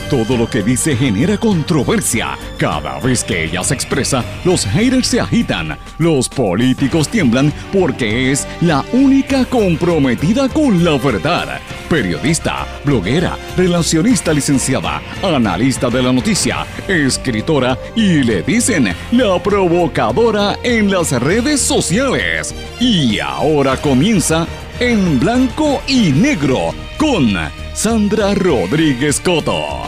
Todo lo que dice genera controversia. Cada vez que ella se expresa, los haters se agitan, los políticos tiemblan porque es la única comprometida con la verdad. Periodista, bloguera, relacionista licenciada, analista de la noticia, escritora y le dicen la provocadora en las redes sociales. Y ahora comienza En Blanco y Negro con Sandra Rodríguez Coto.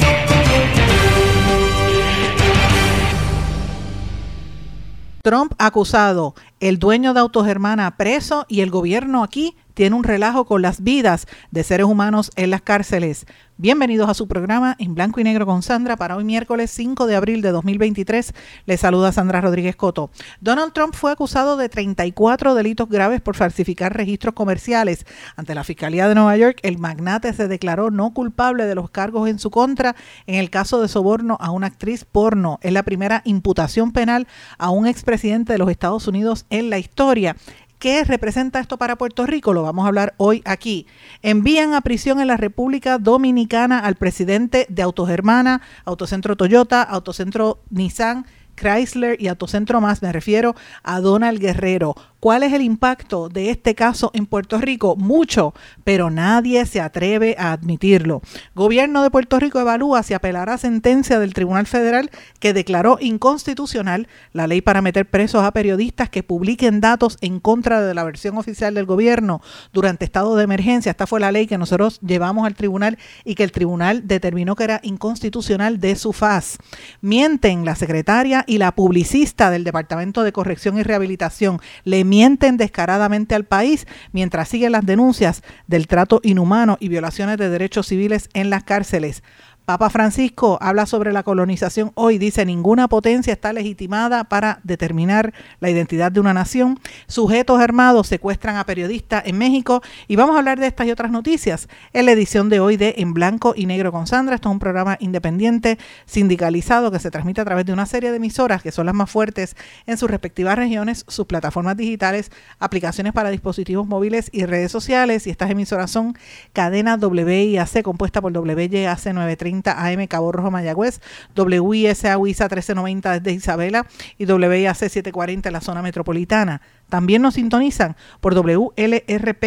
Trump acusado, el dueño de Autogermana preso y el gobierno aquí tiene un relajo con las vidas de seres humanos en las cárceles. Bienvenidos a su programa En Blanco y Negro con Sandra para hoy miércoles 5 de abril de 2023. Les saluda Sandra Rodríguez Coto. Donald Trump fue acusado de 34 delitos graves por falsificar registros comerciales. Ante la Fiscalía de Nueva York, el magnate se declaró no culpable de los cargos en su contra en el caso de soborno a una actriz porno. Es la primera imputación penal a un expresidente de los Estados Unidos en la historia. ¿Qué representa esto para Puerto Rico? Lo vamos a hablar hoy aquí. Envían a prisión en la República Dominicana al presidente de Autogermana, Autocentro Toyota, Autocentro Nissan, Chrysler y Autocentro Más. Me refiero a Donald Guerrero. ¿Cuál es el impacto de este caso en Puerto Rico? Mucho, pero nadie se atreve a admitirlo. Gobierno de Puerto Rico evalúa si apelará sentencia del Tribunal Federal que declaró inconstitucional la ley para meter presos a periodistas que publiquen datos en contra de la versión oficial del gobierno durante estado de emergencia. Esta fue la ley que nosotros llevamos al tribunal y que el tribunal determinó que era inconstitucional de su faz. Mienten la secretaria y la publicista del Departamento de Corrección y Rehabilitación. Le mienten descaradamente al país mientras siguen las denuncias del trato inhumano y violaciones de derechos civiles en las cárceles. Papa Francisco habla sobre la colonización hoy. Dice, ninguna potencia está legitimada para determinar la identidad de una nación. Sujetos armados secuestran a periodistas en México. Y vamos a hablar de estas y otras noticias en la edición de hoy de En Blanco y Negro con Sandra. Esto es un programa independiente, sindicalizado, que se transmite a través de una serie de emisoras que son las más fuertes en sus respectivas regiones, sus plataformas digitales, aplicaciones para dispositivos móviles y redes sociales. Y estas emisoras son Cadena WIAC, compuesta por WYAC 930 AM Cabo Rojo Mayagüez, WISA 1390 desde Isabela y WIAC 740 en la zona metropolitana. También nos sintonizan por WLRP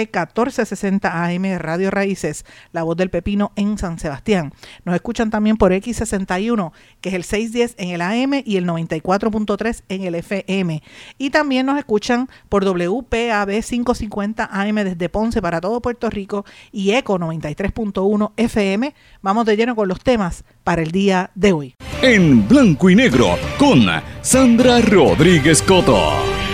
1460 AM Radio Raíces, La Voz del Pepino en San Sebastián. Nos escuchan también por X61, que es el 610 en el AM y el 94.3 en el FM. Y también nos escuchan por WPAB 550 AM desde Ponce para todo Puerto Rico y ECO 93.1 FM. Vamos de lleno con los temas para el día de hoy. En Blanco y Negro con Sandra Rodríguez Coto.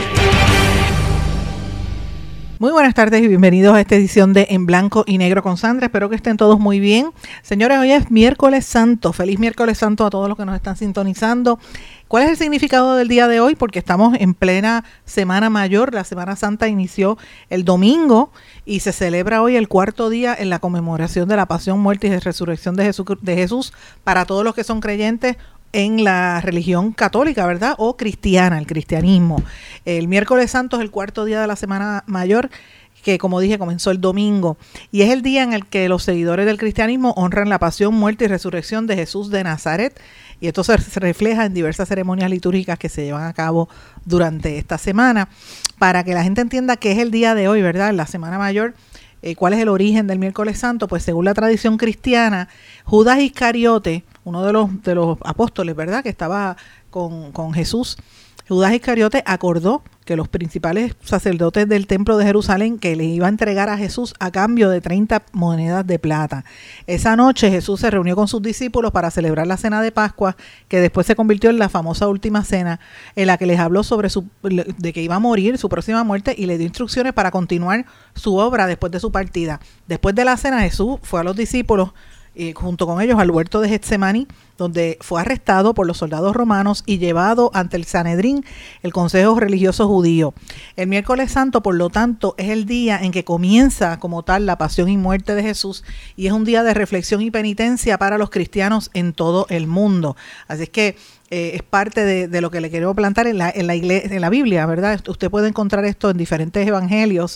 Muy buenas tardes y bienvenidos a esta edición de En Blanco y Negro con Sandra. Espero que estén todos muy bien. Señores, hoy es miércoles santo. Feliz miércoles santo a todos los que nos están sintonizando. ¿Cuál es el significado del día de hoy? Porque estamos en plena Semana Mayor. La Semana Santa inició el domingo y se celebra hoy el cuarto día en la conmemoración de la pasión, muerte y resurrección de Jesús para todos los que son creyentes en la religión católica, ¿verdad? O cristiana, el cristianismo. El miércoles santo es el cuarto día de la Semana Mayor, que como dije comenzó el domingo, y es el día en el que los seguidores del cristianismo honran la pasión, muerte y resurrección de Jesús de Nazaret, y esto se refleja en diversas ceremonias litúrgicas que se llevan a cabo durante esta semana, para que la gente entienda qué es el día de hoy, ¿verdad? La Semana Mayor. ¿Cuál es el origen del miércoles santo? Pues según la tradición cristiana, Judas Iscariote, uno de los apóstoles, ¿verdad?, que estaba con Jesús, Judas Iscariote acordó que los principales sacerdotes del templo de Jerusalén que le iba a entregar a Jesús a cambio de 30 monedas de plata. Esa noche Jesús se reunió con sus discípulos para celebrar la cena de Pascua, que después se convirtió en la famosa última cena, en la que les habló de que iba a morir, su próxima muerte, y le dio instrucciones para continuar su obra después de su partida. Después de la cena, Jesús fue a los discípulos junto con ellos al huerto de Getsemaní, donde fue arrestado por los soldados romanos y llevado ante el Sanedrín, el consejo religioso judío. El miércoles santo, por lo tanto, es el día en que comienza como tal la pasión y muerte de Jesús, y es un día de reflexión y penitencia para los cristianos en todo el mundo. Así es que es parte de lo que le quiero plantear en la Biblia, ¿verdad? Usted puede encontrar esto en diferentes evangelios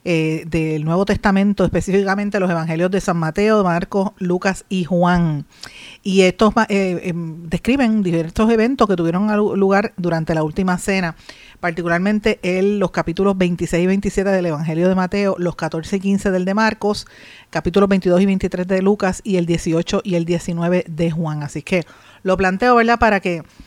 del Nuevo Testamento, específicamente los evangelios de San Mateo, Marcos, Lucas y Juan. Y estos describen diversos eventos que tuvieron lugar durante la última cena, particularmente los capítulos 26 y 27 del Evangelio de Mateo, los 14 y 15 del de Marcos, capítulos 22 y 23 de Lucas y el 18 y el 19 de Juan. Así que lo planteo, ¿verdad?, para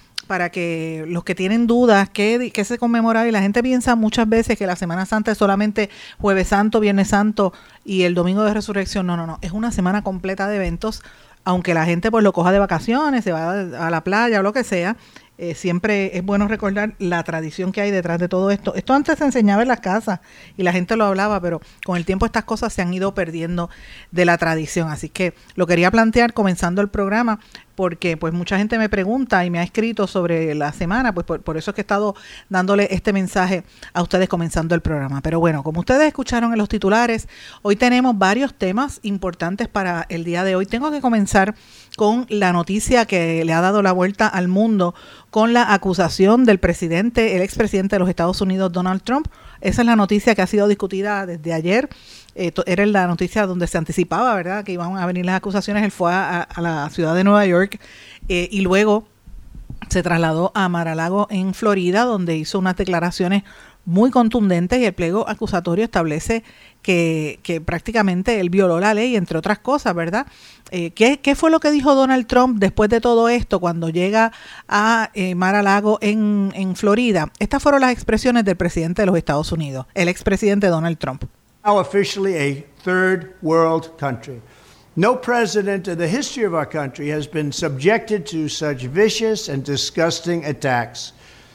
que los que tienen dudas, ¿qué se conmemora? Y la gente piensa muchas veces que la Semana Santa es solamente Jueves Santo, Viernes Santo y el Domingo de Resurrección. No, es una semana completa de eventos, aunque la gente pues lo coja de vacaciones, se va a la playa o lo que sea. Siempre es bueno recordar la tradición que hay detrás de todo esto. Esto antes se enseñaba en las casas y la gente lo hablaba, pero con el tiempo estas cosas se han ido perdiendo de la tradición. Así que lo quería plantear comenzando el programa, porque pues mucha gente me pregunta y me ha escrito sobre la semana, pues por eso es que he estado dándole este mensaje a ustedes comenzando el programa. Pero bueno, como ustedes escucharon en los titulares, hoy tenemos varios temas importantes para el día de hoy. Tengo que comenzar con la noticia que le ha dado la vuelta al mundo, con la acusación del presidente, el expresidente de los Estados Unidos, Donald Trump. Esa es la noticia que ha sido discutida desde ayer. Era la noticia donde se anticipaba, ¿verdad?, que iban a venir las acusaciones. Él fue a la ciudad de Nueva York y luego se trasladó a Mar-a-Lago en Florida, donde hizo unas declaraciones muy contundentes, y el pliego acusatorio establece que prácticamente él violó la ley, entre otras cosas, ¿verdad? ¿Qué fue lo que dijo Donald Trump después de todo esto cuando llega a Mar-a-Lago en Florida? Estas fueron las expresiones del presidente de los Estados Unidos, el expresidente Donald Trump. Now officially a third world country. No president in the history of our country has been subjected to such vicious and disgusting attacks.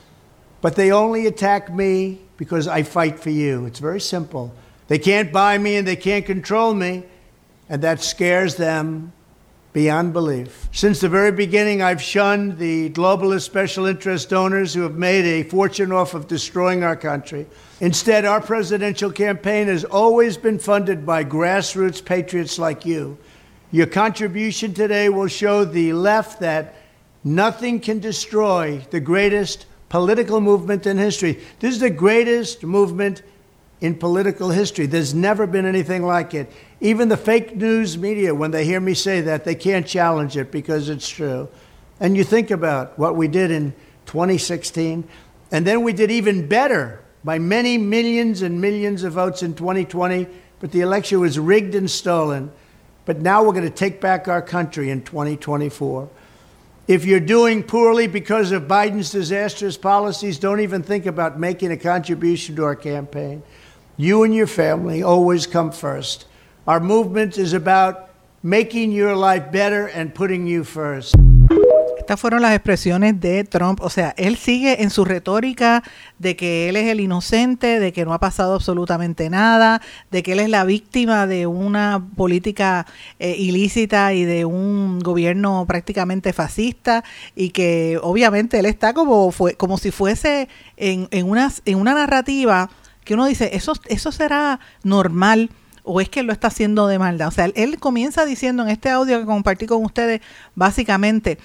But they only attack me because I fight for you. It's very simple. They can't buy me and they can't control me, and that scares them beyond belief. Since the very beginning, I've shunned the globalist special interest donors who have made a fortune off of destroying our country. Instead, our presidential campaign has always been funded by grassroots patriots like you. Your contribution today will show the left that nothing can destroy the greatest political movement in history. This is the greatest movement in political history. There's never been anything like it. Even the fake news media, when they hear me say that, they can't challenge it because it's true. And you think about what we did in 2016, and then we did even better by many millions and millions of votes in 2020, but the election was rigged and stolen. But now we're going to take back our country in 2024. If you're doing poorly because of Biden's disastrous policies, don't even think about making a contribution to our campaign. You and your family always come first. Our movement is about making your life better and putting you first. Estas fueron las expresiones de Trump. O sea, él sigue en su retórica de que él es el inocente, de que no ha pasado absolutamente nada, de que él es la víctima de una política ilícita y de un gobierno prácticamente fascista, y que obviamente él está como si fuese en una narrativa que uno dice, ¿eso será normal? ¿O es que lo está haciendo de maldad? O sea, él comienza diciendo en este audio que compartí con ustedes, básicamente,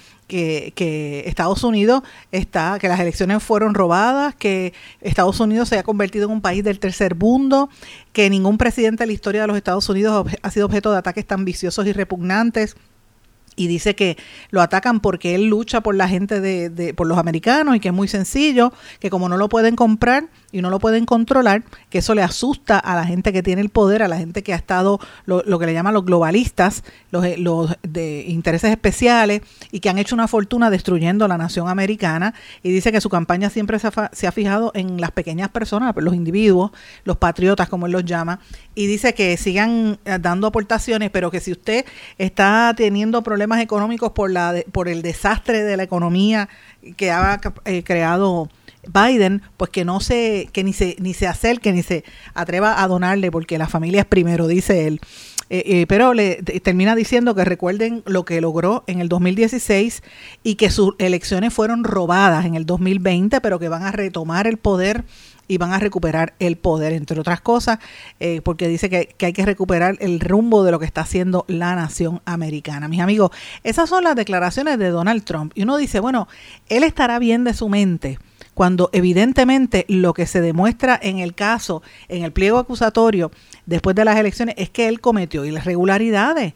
que Estados Unidos que las elecciones fueron robadas, que Estados Unidos se ha convertido en un país del tercer mundo, que ningún presidente de la historia de los Estados Unidos ha sido objeto de ataques tan viciosos y repugnantes. Y dice que lo atacan porque él lucha por la gente por los americanos, y que es muy sencillo, que como no lo pueden comprar y no lo pueden controlar, que eso le asusta a la gente que tiene el poder, a la gente que ha estado, lo que le llaman los globalistas, los de intereses especiales, y que han hecho una fortuna destruyendo la nación americana. Y dice que su campaña siempre se ha fijado en las pequeñas personas, los individuos, los patriotas, como él los llama, y dice que sigan dando aportaciones, pero que si usted está teniendo problemas económicos por el desastre de la economía que ha creado Biden, pues que ni se acerque ni se atreva a donarle, porque la familia es primero, dice él. Pero termina diciendo que recuerden lo que logró en el 2016 y que sus elecciones fueron robadas en el 2020, pero que van a retomar el poder y van a recuperar el poder, entre otras cosas, porque dice que hay que recuperar el rumbo de lo que está haciendo la nación americana. Mis amigos, esas son las declaraciones de Donald Trump. Y uno dice, bueno, él estará bien de su mente cuando evidentemente lo que se demuestra en el caso, en el pliego acusatorio después de las elecciones, es que él cometió irregularidades.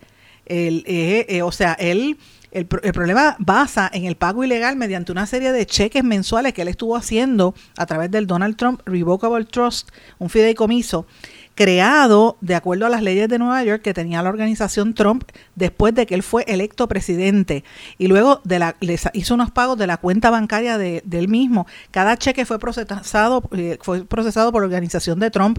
El problema basa en el pago ilegal mediante una serie de cheques mensuales que él estuvo haciendo a través del Donald Trump Revocable Trust, un fideicomiso creado de acuerdo a las leyes de Nueva York que tenía la organización Trump después de que él fue electo presidente, y luego les hizo unos pagos de la cuenta bancaria de él mismo. Cada cheque fue procesado por la organización de Trump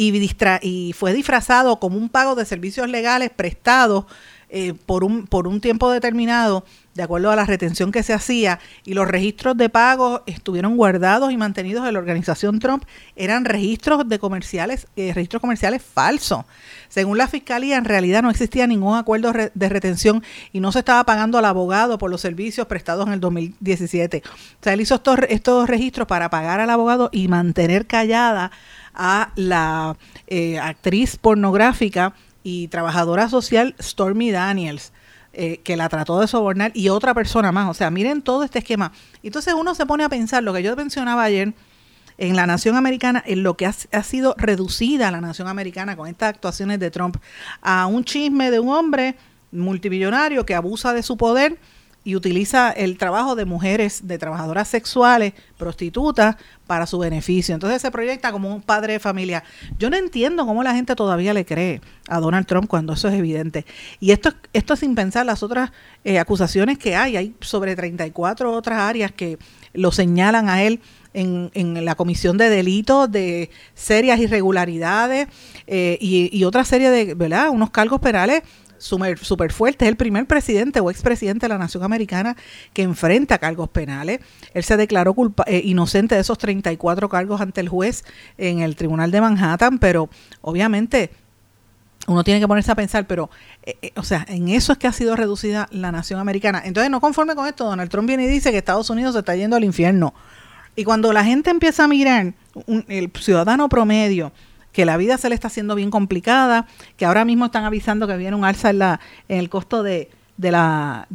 y fue disfrazado como un pago de servicios legales prestados por un tiempo determinado, de acuerdo a la retención que se hacía, y los registros de pago estuvieron guardados y mantenidos en la organización Trump. Eran registros comerciales falsos. Según la fiscalía, en realidad no existía ningún acuerdo de retención y no se estaba pagando al abogado por los servicios prestados en el 2017. O sea, él hizo estos registros para pagar al abogado y mantener callada a la actriz pornográfica y trabajadora social Stormy Daniels, que la trató de sobornar, y otra persona más. O sea, miren todo este esquema. Entonces uno se pone a pensar lo que yo mencionaba ayer en la nación americana, en lo que ha sido reducida la nación americana con estas actuaciones de Trump a un chisme de un hombre multimillonario que abusa de su poder y utiliza el trabajo de mujeres, de trabajadoras sexuales, prostitutas, para su beneficio. Entonces se proyecta como un padre de familia. Yo no entiendo cómo la gente todavía le cree a Donald Trump cuando eso es evidente. Y esto sin pensar las otras acusaciones que hay. Hay sobre 34 otras áreas que lo señalan a él en la comisión de delitos, de serias irregularidades y otra serie de, ¿verdad?, unos cargos penales súper fuerte. Es el primer presidente o expresidente de la nación americana que enfrenta cargos penales. Él se declaró inocente de esos 34 cargos ante el juez en el tribunal de Manhattan, pero obviamente uno tiene que ponerse a pensar, pero o sea, en eso es que ha sido reducida la nación americana. Entonces, no conforme con esto, Donald Trump viene y dice que Estados Unidos se está yendo al infierno. Y cuando la gente empieza a mirar, el ciudadano promedio, que la vida se le está haciendo bien complicada, que ahora mismo están avisando que viene un alza en el costo de la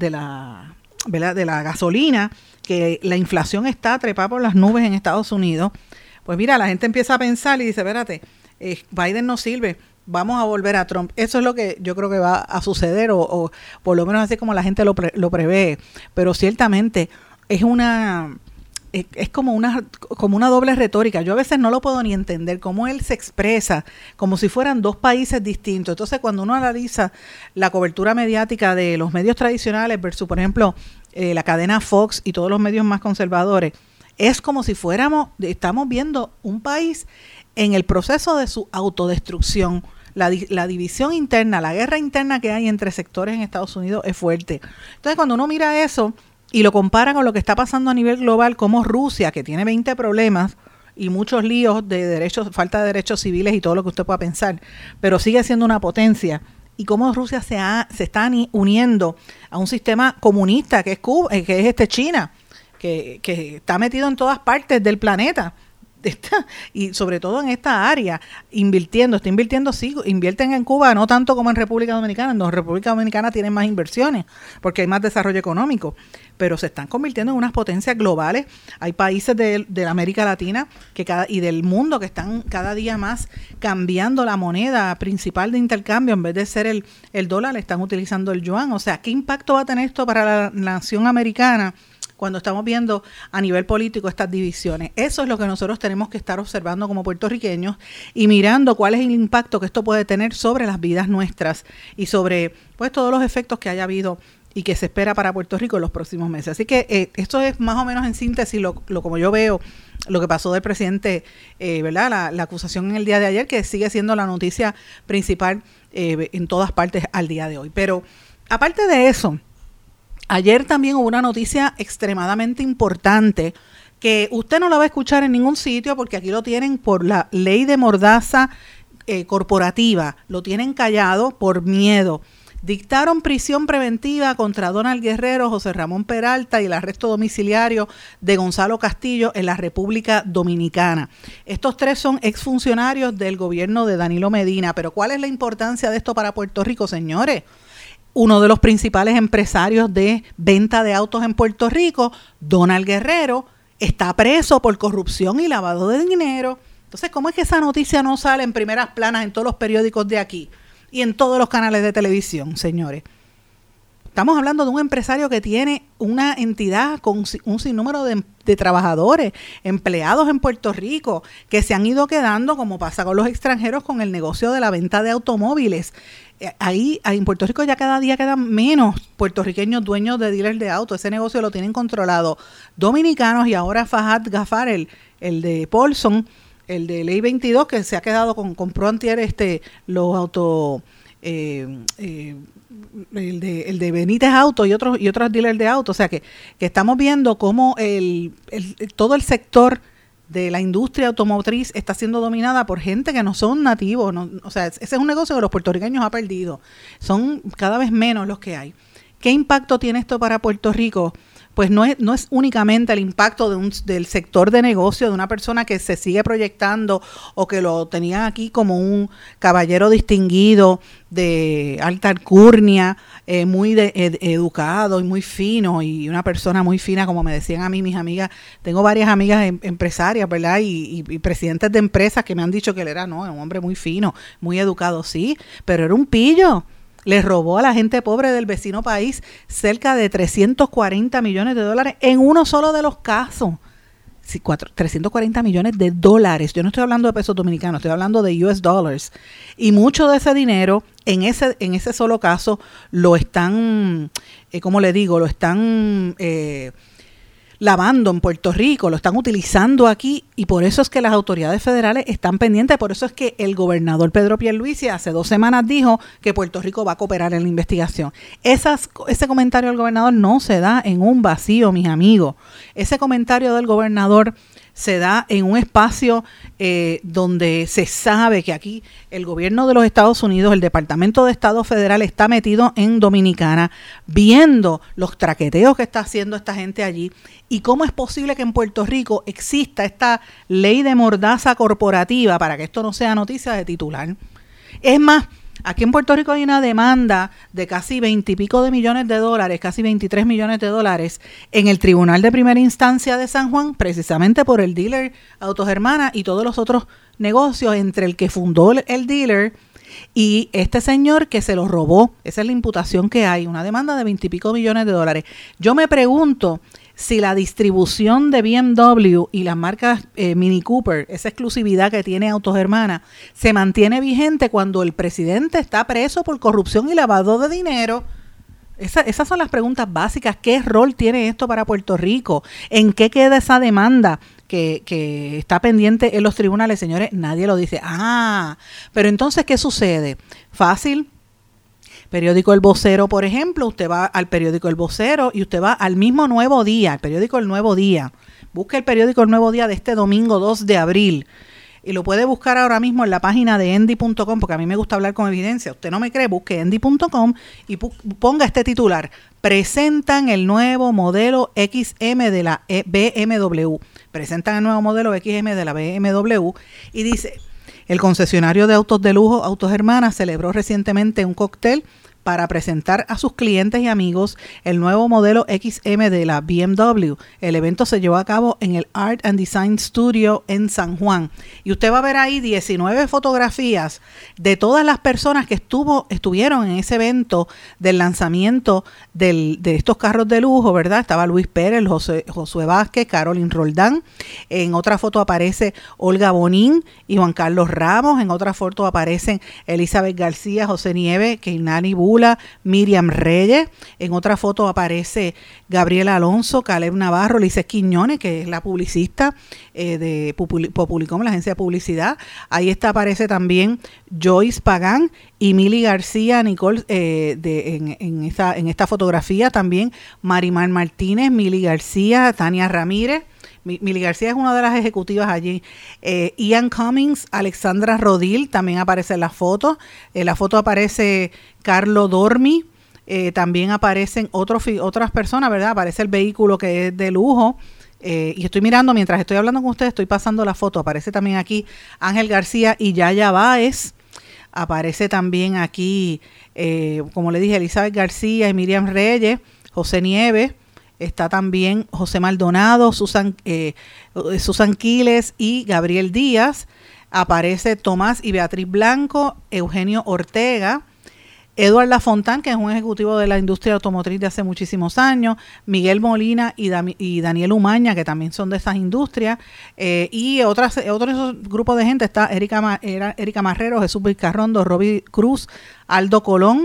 gasolina, que la inflación está trepada por las nubes en Estados Unidos. Pues mira, la gente empieza a pensar y dice, espérate, Biden no sirve, vamos a volver a Trump. Eso es lo que yo creo que va a suceder, o por lo menos así como la gente lo prevé. Pero ciertamente es como una doble retórica. Yo a veces no lo puedo ni entender, cómo él se expresa como si fueran dos países distintos. Entonces, cuando uno analiza la cobertura mediática de los medios tradicionales versus, por ejemplo, la cadena Fox y todos los medios más conservadores, es como si estamos viendo un país en el proceso de su autodestrucción. La división interna, la guerra interna que hay entre sectores en Estados Unidos es fuerte. Entonces, cuando uno mira eso y lo compara con lo que está pasando a nivel global, como Rusia, que tiene 20 problemas y muchos líos de derechos, falta de derechos civiles y todo lo que usted pueda pensar, pero sigue siendo una potencia, y cómo Rusia se está uniendo a un sistema comunista que es China, que está metido en todas partes del planeta. Y sobre todo en esta área, invierten en Cuba, no tanto como en República Dominicana. En República Dominicana tienen más inversiones porque hay más desarrollo económico, pero se están convirtiendo en unas potencias globales. Hay países de América Latina y del mundo que están cada día más cambiando la moneda principal de intercambio. En vez de ser el dólar, están utilizando el yuan. O sea, ¿qué impacto va a tener esto para la nación americana cuando estamos viendo a nivel político estas divisiones? Eso es lo que nosotros tenemos que estar observando como puertorriqueños y mirando cuál es el impacto que esto puede tener sobre las vidas nuestras y sobre pues todos los efectos que haya habido y que se espera para Puerto Rico en los próximos meses. Así que esto es más o menos en síntesis como yo veo lo que pasó del presidente, ¿verdad? La acusación en el día de ayer, que sigue siendo la noticia principal en todas partes al día de hoy. Pero aparte de eso, ayer también hubo una noticia extremadamente importante que usted no la va a escuchar en ningún sitio porque aquí lo tienen por la ley de mordaza corporativa, lo tienen callado por miedo. dictaron prisión preventiva contra Donald Guerrero, José Ramón Peralta y el arresto domiciliario de Gonzalo Castillo en la República Dominicana. Estos tres son exfuncionarios del gobierno de Danilo Medina, pero ¿cuál es la importancia de esto para Puerto Rico, señores? Uno de los principales empresarios de venta de autos en Puerto Rico, Donald Guerrero, está preso por corrupción y lavado de dinero. Entonces, ¿cómo es que esa noticia no sale en primeras planas en todos los periódicos de aquí y en todos los canales de televisión, señores? Estamos hablando de un empresario que tiene una entidad con un sinnúmero de trabajadores, empleados en Puerto Rico, que se han ido quedando, como pasa con los extranjeros, con el negocio de la venta de automóviles. Ahí en Puerto Rico ya cada día quedan menos puertorriqueños dueños de dealers de autos. Ese negocio lo tienen controlado dominicanos, y ahora Fahad Ghaffar, el de Paulson, el de Ley 22, que se ha quedado compró antier los autos, el de Benítez Auto y otros dealers de autos. O sea que estamos viendo cómo todo el sector de la industria automotriz está siendo dominada por gente que no son nativos, ¿no? O sea, ese es un negocio que los puertorriqueños ha perdido. Son cada vez menos los que hay. ¿Qué impacto tiene esto para Puerto Rico? Pues no es únicamente el impacto del sector de negocio de una persona que se sigue proyectando o que lo tenían aquí como un caballero distinguido de alta alcurnia, muy educado y muy fino, y una persona muy fina, como me decían a mí mis amigas. Tengo varias amigas empresarias, ¿verdad? Y presidentes de empresas que me han dicho que él era un hombre muy fino, muy educado, sí, pero era un pillo. Le robó a la gente pobre del vecino país cerca de 340 millones de dólares en uno solo de los casos. Sí, 340 millones de dólares. Yo no estoy hablando de pesos dominicanos, estoy hablando de US dollars. Y mucho de ese dinero, en ese solo caso, lo están, ¿cómo le digo? Lo están lavando en Puerto Rico, lo están utilizando aquí, y por eso es que las autoridades federales están pendientes. Por eso es que el gobernador Pedro Pierluisi hace 2 semanas dijo que Puerto Rico va a cooperar en la investigación. Ese comentario del gobernador no se da en un vacío, mis amigos. Ese comentario del gobernador se da en un espacio donde se sabe que aquí el gobierno de los Estados Unidos, el Departamento de Estado Federal, está metido en Dominicana, viendo los traqueteos que está haciendo esta gente allí, y cómo es posible que en Puerto Rico exista esta ley de mordaza corporativa para que esto no sea noticia de titular. Es más, aquí en Puerto Rico hay una demanda de casi 20 y pico de millones de dólares, casi 23 millones de dólares, en el Tribunal de Primera Instancia de San Juan, precisamente por el dealer Autos Hermanas y todos los otros negocios, entre el que fundó el dealer y este señor que se lo robó. Esa es la imputación que hay, una demanda de 20 y pico millones de dólares. Yo me pregunto si la distribución de BMW y las marcas Mini Cooper, esa exclusividad que tiene Autos Hermanas, se mantiene vigente cuando el presidente está preso por corrupción y lavado de dinero. Esas son las preguntas básicas. ¿Qué rol tiene esto para Puerto Rico? ¿En qué queda esa demanda que está pendiente en los tribunales? Señores, nadie lo dice. Pero entonces, ¿qué sucede? Fácil. Periódico El Vocero, por ejemplo, usted va al periódico El Vocero y usted va al mismo Nuevo Día, el periódico El Nuevo Día. Busque el periódico El Nuevo Día de este domingo 2 de abril. Y lo puede buscar ahora mismo en la página de endy.com, porque a mí me gusta hablar con evidencia. Usted no me cree, busque endy.com y ponga este titular: presentan el nuevo modelo XM de la BMW. Presentan el nuevo modelo XM de la BMW y dice: el concesionario de autos de lujo Autos Hermanas celebró recientemente un cóctel para presentar a sus clientes y amigos el nuevo modelo XM de la BMW. El evento se llevó a cabo en el Art and Design Studio en San Juan. Y usted va a ver ahí 19 fotografías de todas las personas que estuvieron en ese evento del lanzamiento de estos carros de lujo, ¿verdad? Estaba Luis Pérez, Josué Vázquez, Carolyn Roldán. En otra foto aparece Olga Bonín y Juan Carlos Ramos. En otra foto aparecen Elizabeth García, José Nieves, Keinani Bula, Miriam Reyes. En otra foto aparece Gabriela Alonso, Caleb Navarro, Lices Quiñones, que es la publicista de Populicom, la agencia de publicidad. Ahí aparece también Joyce Pagán y Mili García, Nicole, en esta fotografía también Marimar Martínez, Mili García, Tania Ramírez, Mili García es una de las ejecutivas allí. Ian Cummings, Alexandra Rodil también aparece en la foto. En la foto aparece Carlo Dormi. También aparecen otras personas, ¿verdad? Aparece el vehículo que es de lujo. Y estoy mirando, mientras estoy hablando con ustedes, estoy pasando la foto. Aparece también aquí Ángel García y Yaya Báez. Aparece también aquí, como le dije, Elizabeth García y Miriam Reyes, José Nieves. Está también José Maldonado, Susan Quiles y Gabriel Díaz. Aparece Tomás y Beatriz Blanco, Eugenio Ortega, Eduard Lafontán, que es un ejecutivo de la industria automotriz de hace muchísimos años, Miguel Molina y Daniel Umaña, que también son de esas industrias, y otro grupo de gente. Está Erika Marrero, Jesús Vizcarrondo, Roby Cruz, Aldo Colón,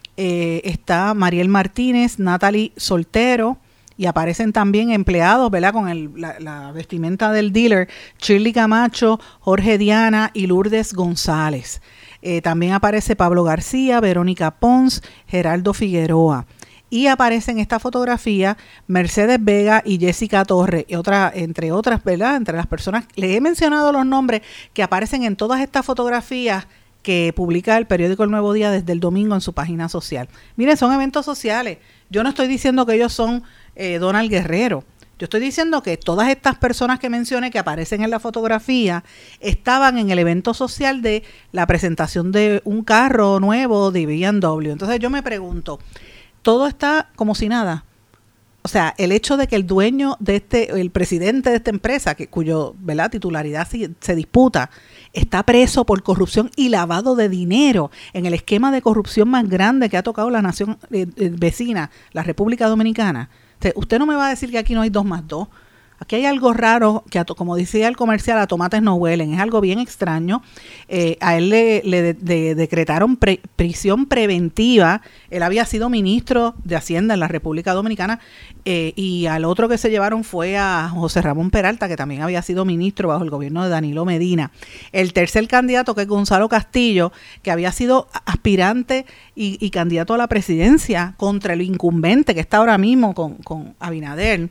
está Mariel Martínez, Natalie Soltero, y aparecen también empleados, ¿verdad?, con la vestimenta del dealer, Shirley Camacho, Jorge Diana y Lourdes González. También aparece Pablo García, Verónica Pons, Geraldo Figueroa. Y aparece en esta fotografía Mercedes Vega y Jessica Torres, entre otras, ¿verdad? Entre las personas, les he mencionado los nombres que aparecen en todas estas fotografías que publica el periódico El Nuevo Día desde el domingo en su página social. Miren, son eventos sociales. Yo no estoy diciendo que ellos son Donald Guerrero. Yo estoy diciendo que todas estas personas que mencioné que aparecen en la fotografía estaban en el evento social de la presentación de un carro nuevo de BMW. Entonces yo me pregunto, todo está como si nada. O sea, el hecho de que el dueño de el presidente de esta empresa, cuyo, ¿verdad?, titularidad se disputa, está preso por corrupción y lavado de dinero en el esquema de corrupción más grande que ha tocado la nación vecina, la República Dominicana. Usted no me va a decir que aquí no hay 2 más 2. Aquí hay algo raro que, como decía el comercial, a tomates no huelen. Es algo bien extraño. A él le decretaron prisión preventiva. Él había sido ministro de Hacienda en la República Dominicana, y al otro que se llevaron fue a José Ramón Peralta, que también había sido ministro bajo el gobierno de Danilo Medina. El tercer candidato, que es Gonzalo Castillo, que había sido aspirante y candidato a la presidencia contra el incumbente que está ahora mismo con Abinader.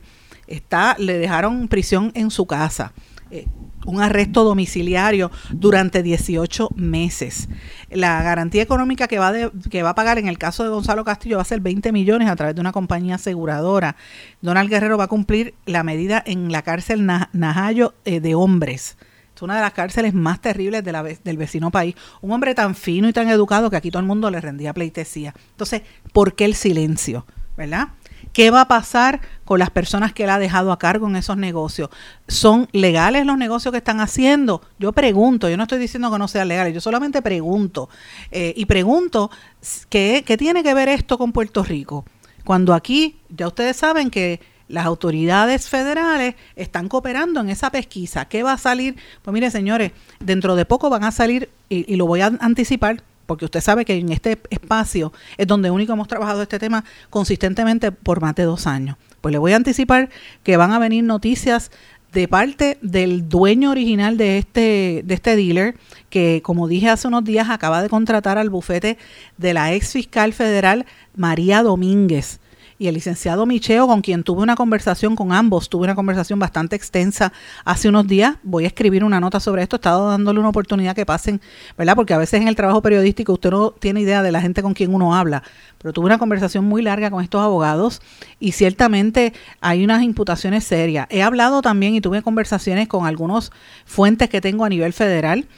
Le dejaron prisión en su casa, un arresto domiciliario durante 18 meses. La garantía económica que va a pagar en el caso de Gonzalo Castillo va a ser 20 millones a través de una compañía aseguradora. Donald Guerrero va a cumplir la medida en la cárcel Najayo de hombres. Es una de las cárceles más terribles del vecino país. Un hombre tan fino y tan educado que aquí todo el mundo le rendía pleitesía. Entonces, ¿por qué el silencio? ¿Verdad? ¿Qué va a pasar con las personas que él ha dejado a cargo en esos negocios? ¿Son legales los negocios que están haciendo? Yo pregunto, yo no estoy diciendo que no sean legales, yo solamente pregunto. Y pregunto, ¿qué tiene que ver esto con Puerto Rico? Cuando aquí, ya ustedes saben que las autoridades federales están cooperando en esa pesquisa. ¿Qué va a salir? Pues mire, señores, dentro de poco van a salir, y lo voy a anticipar, porque usted sabe que en este espacio es donde único hemos trabajado este tema consistentemente por más de 2 años. Pues le voy a anticipar que van a venir noticias de parte del dueño original de este dealer, que, como dije hace unos días, acaba de contratar al bufete de la ex fiscal federal María Domínguez. Y el licenciado Micheo, con quien tuve una conversación con ambos, tuve una conversación bastante extensa hace unos días. Voy a escribir una nota sobre esto, he estado dándole una oportunidad que pasen, ¿verdad? Porque a veces en el trabajo periodístico usted no tiene idea de la gente con quien uno habla. Pero tuve una conversación muy larga con estos abogados y ciertamente hay unas imputaciones serias. He hablado también y tuve conversaciones con algunos fuentes que tengo a nivel federal,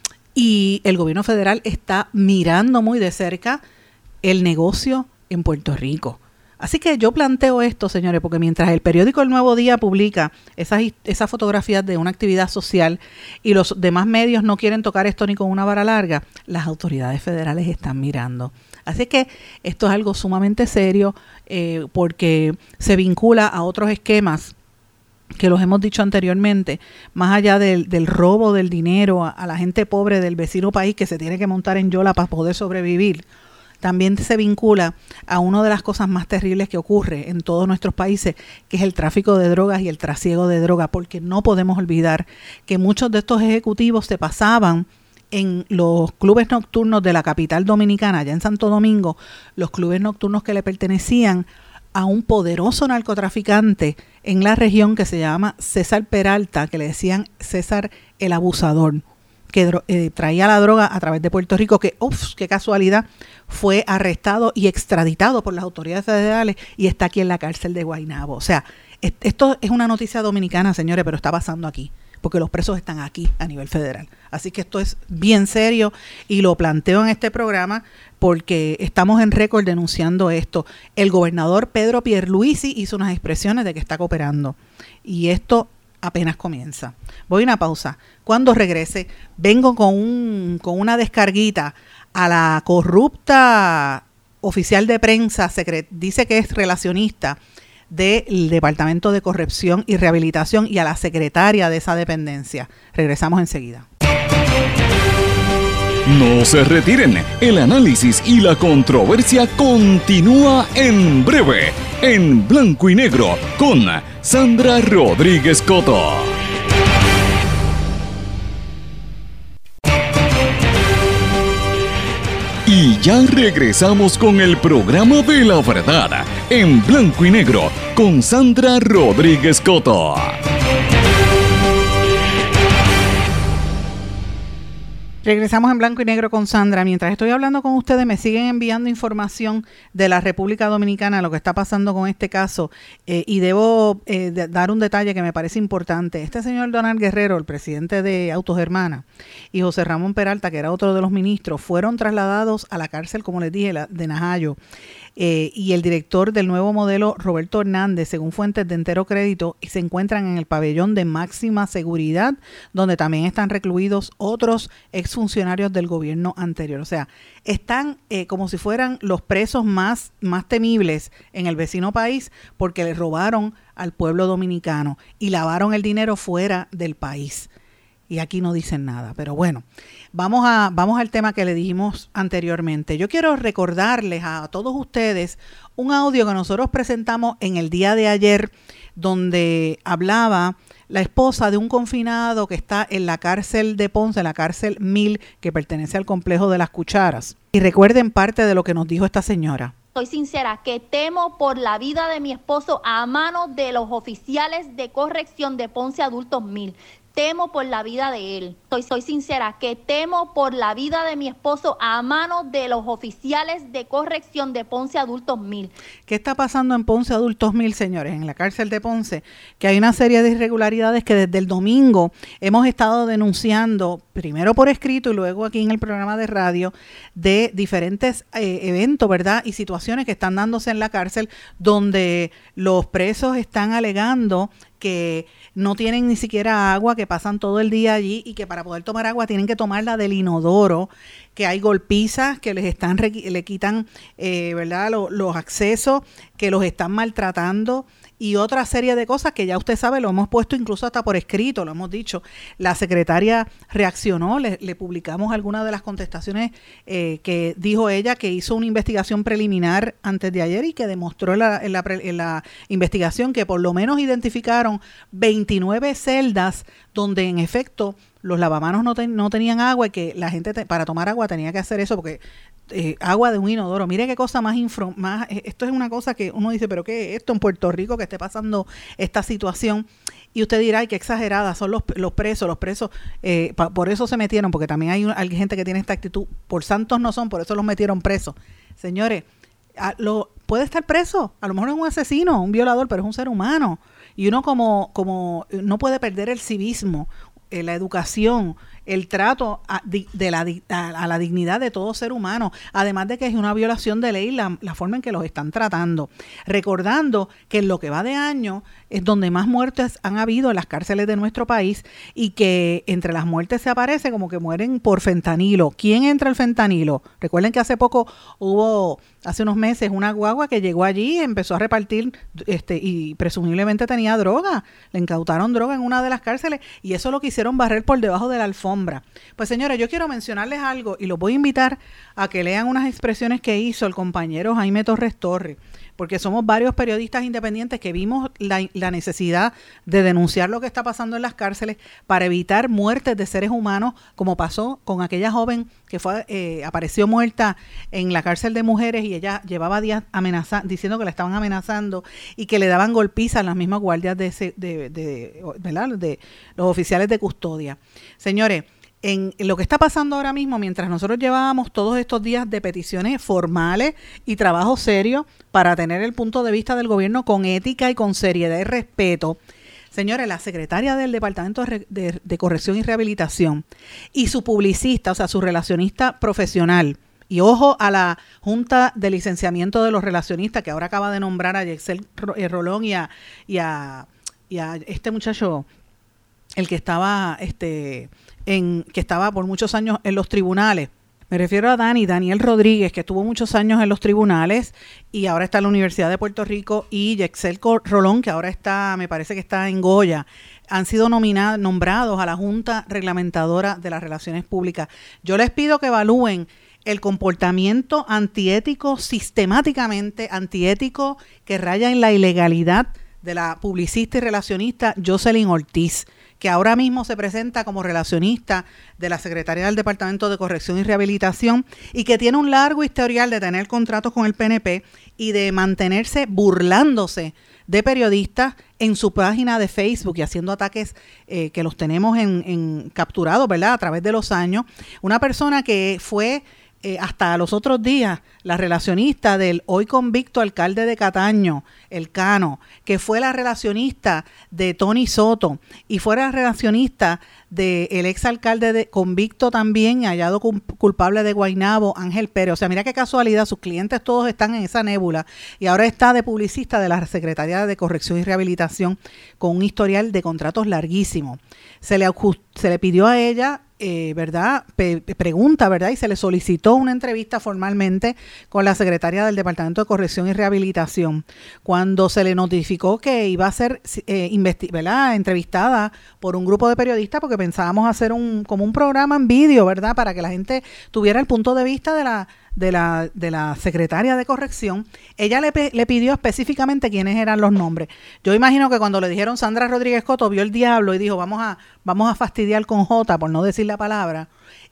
y el gobierno federal está mirando muy de cerca el negocio en Puerto Rico. Así que yo planteo esto, señores, porque mientras el periódico El Nuevo Día publica esas fotografías de una actividad social y los demás medios no quieren tocar esto ni con una vara larga, las autoridades federales están mirando. Así que esto es algo sumamente serio, porque se vincula a otros esquemas que los hemos dicho anteriormente, más allá del robo del dinero a la gente pobre del vecino país que se tiene que montar en yola para poder sobrevivir. También se vincula a una de las cosas más terribles que ocurre en todos nuestros países, que es el tráfico de drogas y el trasiego de drogas, porque no podemos olvidar que muchos de estos ejecutivos se pasaban en los clubes nocturnos de la capital dominicana, allá en Santo Domingo, los clubes nocturnos que le pertenecían a un poderoso narcotraficante en la región que se llama César Peralta, que le decían César el Abusador, que traía la droga a través de Puerto Rico, que, qué casualidad, fue arrestado y extraditado por las autoridades federales y está aquí en la cárcel de Guaynabo. O sea, esto es una noticia dominicana, señores, pero está pasando aquí, porque los presos están aquí a nivel federal. Así que esto es bien serio y lo planteo en este programa porque estamos en récord denunciando esto. El gobernador Pedro Pierluisi hizo unas expresiones de que está cooperando y esto apenas comienza. Voy a una pausa. Cuando regrese, vengo con una descarguita a la corrupta oficial de prensa, dice que es relacionista del Departamento de Corrección y Rehabilitación, y a la secretaria de esa dependencia. Regresamos enseguida. No se retiren, el análisis y la controversia continúa en breve, en Blanco y Negro, con Sandra Rodríguez Coto. Y ya regresamos con el programa de la verdad, en Blanco y Negro, con Sandra Rodríguez Coto. Regresamos en Blanco y Negro con Sandra. Mientras estoy hablando con ustedes, me siguen enviando información de la República Dominicana, lo que está pasando con este caso, y debo dar un detalle que me parece importante. Este señor Donald Guerrero, el presidente de Autos Hermanas, y José Ramón Peralta, que era otro de los ministros, fueron trasladados a la cárcel, como les dije, de Najayo. Y el director del Nuevo Modelo, Roberto Hernández, según fuentes de Entero Crédito, se encuentran en el pabellón de máxima seguridad, donde también están recluidos otros exfuncionarios del gobierno anterior. O sea, están como si fueran los presos más temibles en el vecino país, porque le robaron al pueblo dominicano y lavaron el dinero fuera del país. Y aquí no dicen nada, pero bueno, vamos al tema que le dijimos anteriormente. Yo quiero recordarles a todos ustedes un audio que nosotros presentamos en el día de ayer, donde hablaba la esposa de un confinado que está en la cárcel de Ponce, la cárcel 1000, que pertenece al complejo de las Cucharas. Y recuerden parte de lo que nos dijo esta señora. Soy sincera, que temo por la vida de mi esposo a manos de los oficiales de corrección de Ponce Adultos 1000. Temo por la vida de él. Soy sincera, que temo por la vida de mi esposo a manos de los oficiales de corrección de Ponce Adultos 1000. ¿Qué está pasando en Ponce Adultos 1000, señores? En la cárcel de Ponce, que hay una serie de irregularidades que desde el domingo hemos estado denunciando, primero por escrito y luego aquí en el programa de radio, de diferentes eventos, ¿verdad? Y situaciones que están dándose en la cárcel, donde los presos están alegando que no tienen ni siquiera agua, que pasan todo el día allí y que para poder tomar agua tienen que tomarla del inodoro, que hay golpizas, que le quitan ¿verdad? Los accesos, que los están maltratando y otra serie de cosas que ya usted sabe, lo hemos puesto incluso hasta por escrito, lo hemos dicho. La secretaria reaccionó, le publicamos algunas de las contestaciones que dijo ella, que hizo una investigación preliminar antes de ayer y que demostró en la investigación que por lo menos identificaron 29 celdas donde en efecto los lavamanos no tenían agua y que la gente para tomar agua tenía que hacer eso porque agua de un inodoro. Mire qué cosa más esto es una cosa que uno dice, pero ¿qué es esto en Puerto Rico que esté pasando esta situación? Y usted dirá, ay, qué exageradas son los presos, por eso se metieron, porque también hay gente que tiene esta actitud, por santos no son, por eso los metieron presos. Señores, puede estar preso, a lo mejor es un asesino, un violador, pero es un ser humano. Y uno como no puede perder el civismo, la educación, el trato a la dignidad de todo ser humano, además de que es una violación de ley la forma en que los están tratando. Recordando que en lo que va de año es donde más muertes han habido en las cárceles de nuestro país y que entre las muertes se aparece como que mueren por fentanilo. ¿Quién entra el fentanilo? Recuerden que hace poco hace unos meses, una guagua que llegó allí, empezó a repartir y presumiblemente tenía droga. Le incautaron droga en una de las cárceles y eso lo quisieron barrer por debajo de la alfombra. sombra. Pues señores, yo quiero mencionarles algo y los voy a invitar a que lean unas expresiones que hizo el compañero Jaime Torres Torres, porque somos varios periodistas independientes que vimos la necesidad de denunciar lo que está pasando en las cárceles para evitar muertes de seres humanos, como pasó con aquella joven que apareció muerta en la cárcel de mujeres y ella llevaba días diciendo que la estaban amenazando y que le daban golpizas a las mismas guardias ¿verdad? De los oficiales de custodia. Señores, en lo que está pasando ahora mismo, mientras nosotros llevábamos todos estos días de peticiones formales y trabajo serio para tener el punto de vista del gobierno con ética y con seriedad y respeto, señores, la secretaria del Departamento de Corrección y Rehabilitación y su publicista, o sea, su relacionista profesional, y ojo a la Junta de Licenciamiento de los Relacionistas, que ahora acaba de nombrar a Yexel Rolón y a este muchacho, el que estaba que estaba por muchos años en los tribunales. Me refiero a Daniel Rodríguez, que estuvo muchos años en los tribunales y ahora está en la Universidad de Puerto Rico, y Yexel Rolón, que ahora me parece que está en Goya. Han sido nombrados a la Junta Reglamentadora de las Relaciones Públicas. Yo les pido que evalúen el comportamiento antiético, sistemáticamente antiético, que raya en la ilegalidad de la publicista y relacionista Jocelyn Ortiz, que ahora mismo se presenta como relacionista de la Secretaría del Departamento de Corrección y Rehabilitación y que tiene un largo historial de tener contratos con el PNP y de mantenerse burlándose de periodistas en su página de Facebook y haciendo ataques que los tenemos capturados, ¿verdad?, a través de los años. Una persona que fue hasta los otros días la relacionista del hoy convicto alcalde de Cataño, el Cano, que fue la relacionista de Tony Soto y fue la relacionista del exalcalde convicto también, hallado culpable de Guaynabo, Ángel Pérez. O sea, mira qué casualidad, sus clientes todos están en esa nébula y ahora está de publicista de la Secretaría de Corrección y Rehabilitación con un historial de contratos larguísimo. Se le pidió a ella ¿verdad? Pregunta, ¿verdad? Y se le solicitó una entrevista formalmente con la secretaria del Departamento de Corrección y Rehabilitación. Cuando se le notificó que iba a ser ¿verdad?, entrevistada por un grupo de periodistas, porque pensábamos hacer como un programa en vídeo, ¿verdad?, para que la gente tuviera el punto de vista de la secretaria de corrección, ella le pidió específicamente quiénes eran los nombres. Yo imagino que cuando le dijeron Sandra Rodríguez Coto, vio el diablo y dijo, vamos a fastidiar con J, por no decir la palabra.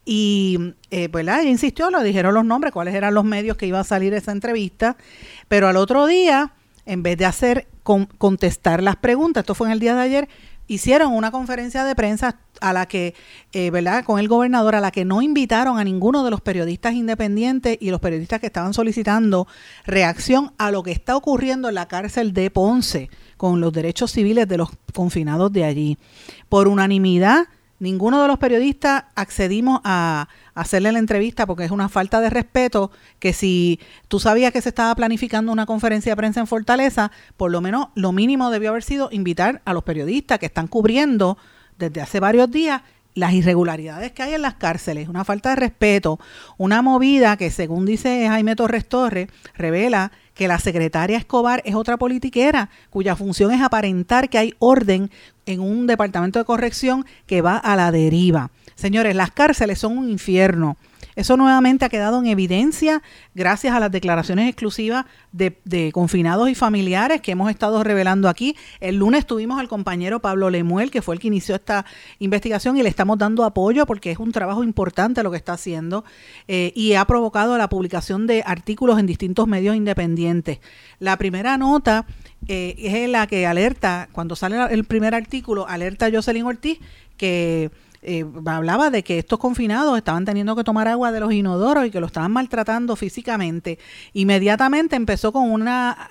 Y ¿verdad?, ella insistió, le dijeron los nombres, cuáles eran los medios que iba a salir esa entrevista, pero al otro día, en vez de contestar las preguntas, esto fue en el día de ayer, hicieron una conferencia de prensa a la que, ¿verdad?, con el gobernador, a la que no invitaron a ninguno de los periodistas independientes y los periodistas que estaban solicitando reacción a lo que está ocurriendo en la cárcel de Ponce con los derechos civiles de los confinados de allí. Por unanimidad, ninguno de los periodistas accedimos a hacerle la entrevista porque es una falta de respeto que si tú sabías que se estaba planificando una conferencia de prensa en Fortaleza, por lo menos lo mínimo debió haber sido invitar a los periodistas que están cubriendo desde hace varios días las irregularidades que hay en las cárceles. Una falta de respeto, una movida que, según dice Jaime Torres Torres, revela que la secretaria Escobar es otra politiquera cuya función es aparentar que hay orden en un departamento de corrección que va a la deriva. Señores, las cárceles son un infierno. Eso nuevamente ha quedado en evidencia gracias a las declaraciones exclusivas de confinados y familiares que hemos estado revelando aquí. El lunes tuvimos al compañero Pablo Lemuel, que fue el que inició esta investigación, y le estamos dando apoyo porque es un trabajo importante lo que está haciendo y ha provocado la publicación de artículos en distintos medios independientes. La primera nota es la que alerta, cuando sale el primer artículo, alerta a Jocelyn Ortiz, que hablaba de que estos confinados estaban teniendo que tomar agua de los inodoros y que lo estaban maltratando físicamente. Inmediatamente empezó con un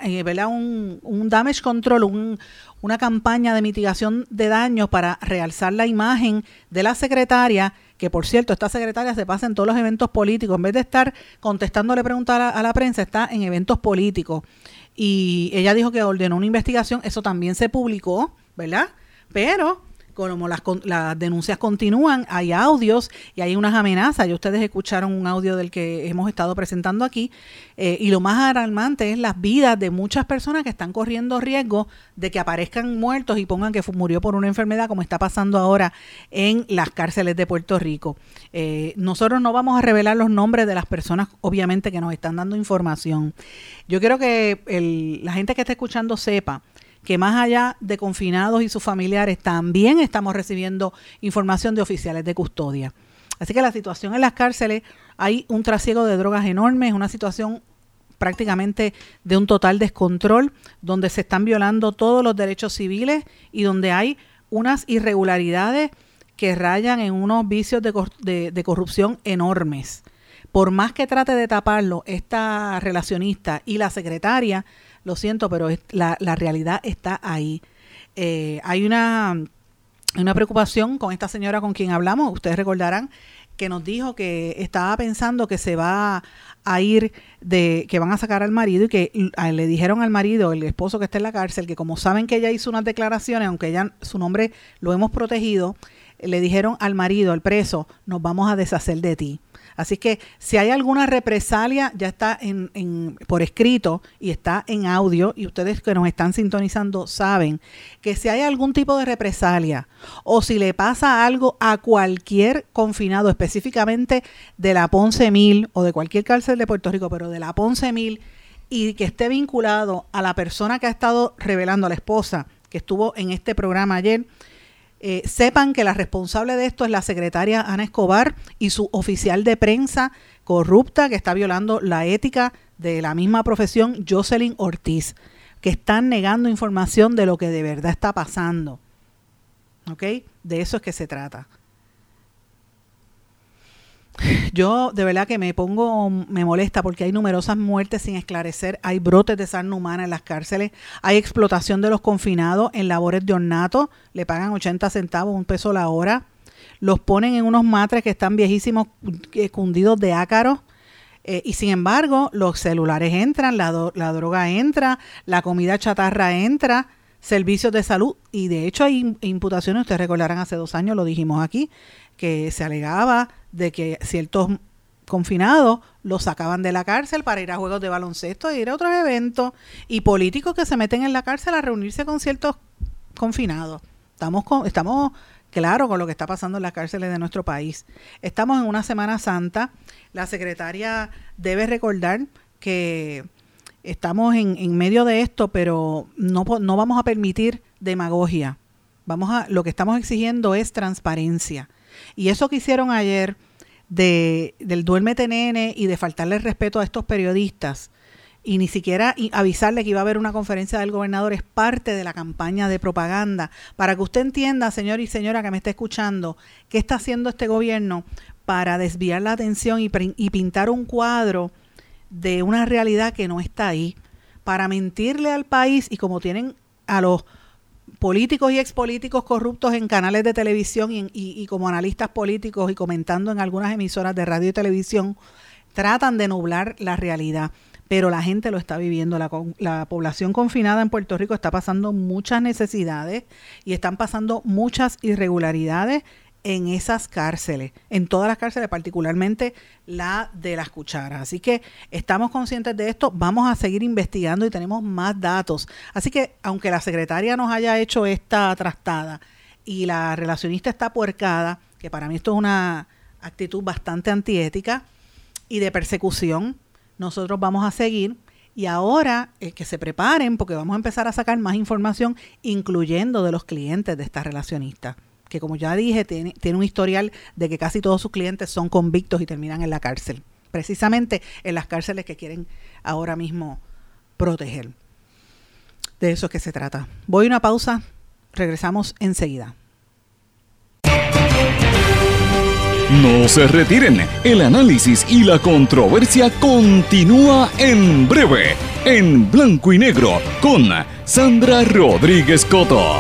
damage control, una campaña de mitigación de daños para realzar la imagen de la secretaria, que por cierto, esta secretaria se pasa en todos los eventos políticos. En vez de estar contestándole preguntas a la prensa, está en eventos políticos. Y ella dijo que ordenó una investigación, eso también se publicó, ¿verdad? Pero como las denuncias continúan, hay audios y hay unas amenazas. Ya ustedes escucharon un audio del que hemos estado presentando aquí, y lo más alarmante es las vidas de muchas personas que están corriendo riesgo de que aparezcan muertos y pongan que murió por una enfermedad, como está pasando ahora en las cárceles de Puerto Rico. Nosotros no vamos a revelar los nombres de las personas, obviamente, que nos están dando información. Yo quiero que la gente que está escuchando sepa que más allá de confinados y sus familiares, también estamos recibiendo información de oficiales de custodia. Así que la situación en las cárceles, hay un trasiego de drogas enorme, es una situación prácticamente de un total descontrol, donde se están violando todos los derechos civiles y donde hay unas irregularidades que rayan en unos vicios de corrupción enormes. Por más que trate de taparlo esta relacionista y la secretaria, lo siento, pero la realidad está ahí. Hay una preocupación con esta señora con quien hablamos. Ustedes recordarán que nos dijo que estaba pensando que se va a ir, que van a sacar al marido, y que le dijeron al marido, el esposo que está en la cárcel, que como saben que ella hizo unas declaraciones, aunque su nombre lo hemos protegido, le dijeron al marido, al preso, nos vamos a deshacer de ti. Así que si hay alguna represalia, ya está por escrito y está en audio, y ustedes que nos están sintonizando saben que si hay algún tipo de represalia o si le pasa algo a cualquier confinado, específicamente de la Ponce 1000 o de cualquier cárcel de Puerto Rico, pero de la Ponce 1000, y que esté vinculado a la persona que ha estado revelando, a la esposa que estuvo en este programa ayer, sepan que la responsable de esto es la secretaria Ana Escobar y su oficial de prensa corrupta que está violando la ética de la misma profesión, Jocelyn Ortiz, que están negando información de lo que de verdad está pasando. ¿Ok? De eso es que se trata. Yo de verdad que me molesta porque hay numerosas muertes sin esclarecer, hay brotes de sarna humana en las cárceles, hay explotación de los confinados en labores de ornato, le pagan 80 centavos, $1 la hora, los ponen en unos matres que están viejísimos, cundidos de ácaros, y sin embargo los celulares entran, la droga entra, la comida chatarra entra, servicios de salud, y de hecho hay imputaciones, ustedes recordarán hace 2 años, lo dijimos aquí, que se alegaba de que ciertos confinados los sacaban de la cárcel para ir a juegos de baloncesto e ir a otros eventos, y políticos que se meten en la cárcel a reunirse con ciertos confinados. Estamos claros con lo que está pasando en las cárceles de nuestro país. Estamos en una Semana Santa. La secretaria debe recordar que estamos en medio de esto, pero no vamos a permitir demagogia. Lo que estamos exigiendo es transparencia. Y eso que hicieron ayer del duérmete nene y de faltarle el respeto a estos periodistas y ni siquiera avisarle que iba a haber una conferencia del gobernador es parte de la campaña de propaganda. Para que usted entienda, señor y señora que me está escuchando, qué está haciendo este gobierno para desviar la atención y pintar un cuadro de una realidad que no está ahí, para mentirle al país, y como tienen a los políticos y expolíticos corruptos en canales de televisión y como analistas políticos y comentando en algunas emisoras de radio y televisión, tratan de nublar la realidad, pero la gente lo está viviendo. La población confinada en Puerto Rico está pasando muchas necesidades y están pasando muchas irregularidades en esas cárceles, en todas las cárceles, particularmente la de Las Cucharas. Así que estamos conscientes de esto, vamos a seguir investigando y tenemos más datos. Así que aunque la secretaria nos haya hecho esta trastada y la relacionista está puercada, que para mí esto es una actitud bastante antiética y de persecución, nosotros vamos a seguir. Y ahora que se preparen, porque vamos a empezar a sacar más información, incluyendo de los clientes de esta relacionista, que como ya dije, tiene un historial de que casi todos sus clientes son convictos y terminan en la cárcel, precisamente en las cárceles que quieren ahora mismo proteger. De eso es que se trata. Voy a una pausa, regresamos enseguida. No se retiren, el análisis y la controversia continúa en breve, en Blanco y Negro, con Sandra Rodríguez Coto.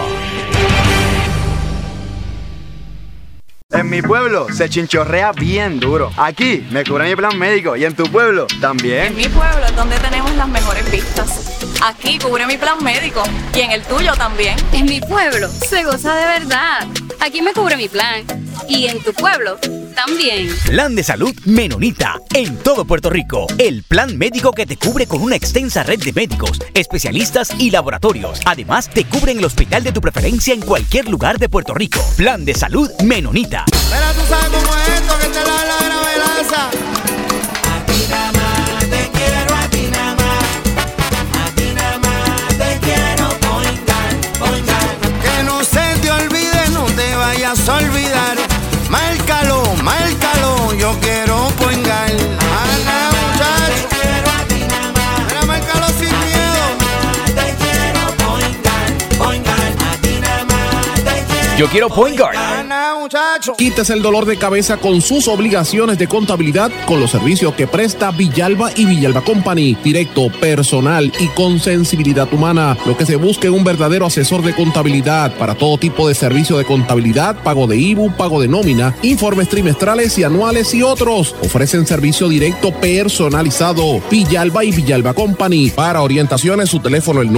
En mi pueblo se chinchorrea bien duro. Aquí me cubre mi plan médico y en tu pueblo también. En mi pueblo es donde tenemos las mejores vistas. Aquí cubre mi plan médico y en el tuyo también. En mi pueblo se goza de verdad. Aquí me cubre mi plan. Y en tu pueblo también. Plan de Salud Menonita. En todo Puerto Rico. El plan médico que te cubre con una extensa red de médicos, especialistas y laboratorios. Además, te cubre en el hospital de tu preferencia en cualquier lugar de Puerto Rico. Plan de Salud Menonita. Pero tú sabes cómo es esto, que te la gravelaza. A ti nada más te quiero, a ti nada más. A ti nada más te quiero, Poingal. Que no se te olvide, no te vayas a olvidar. Márcalo, yo quiero Poingal. Ana, muchacho. Te quiero a ti nada más. Mira, márcalo sin miedo. Te quiero Poingal. A ti nada más te quiero. Yo quiero Poingal. Quítese el dolor de cabeza con sus obligaciones de contabilidad con los servicios que presta Villalba y Villalba Company. Directo, personal y con sensibilidad humana. Lo que se busca es un verdadero asesor de contabilidad para todo tipo de servicio de contabilidad, pago de IBU, pago de nómina, informes trimestrales y anuales y otros. Ofrecen servicio directo personalizado. Villalba y Villalba Company. Para orientaciones, su teléfono el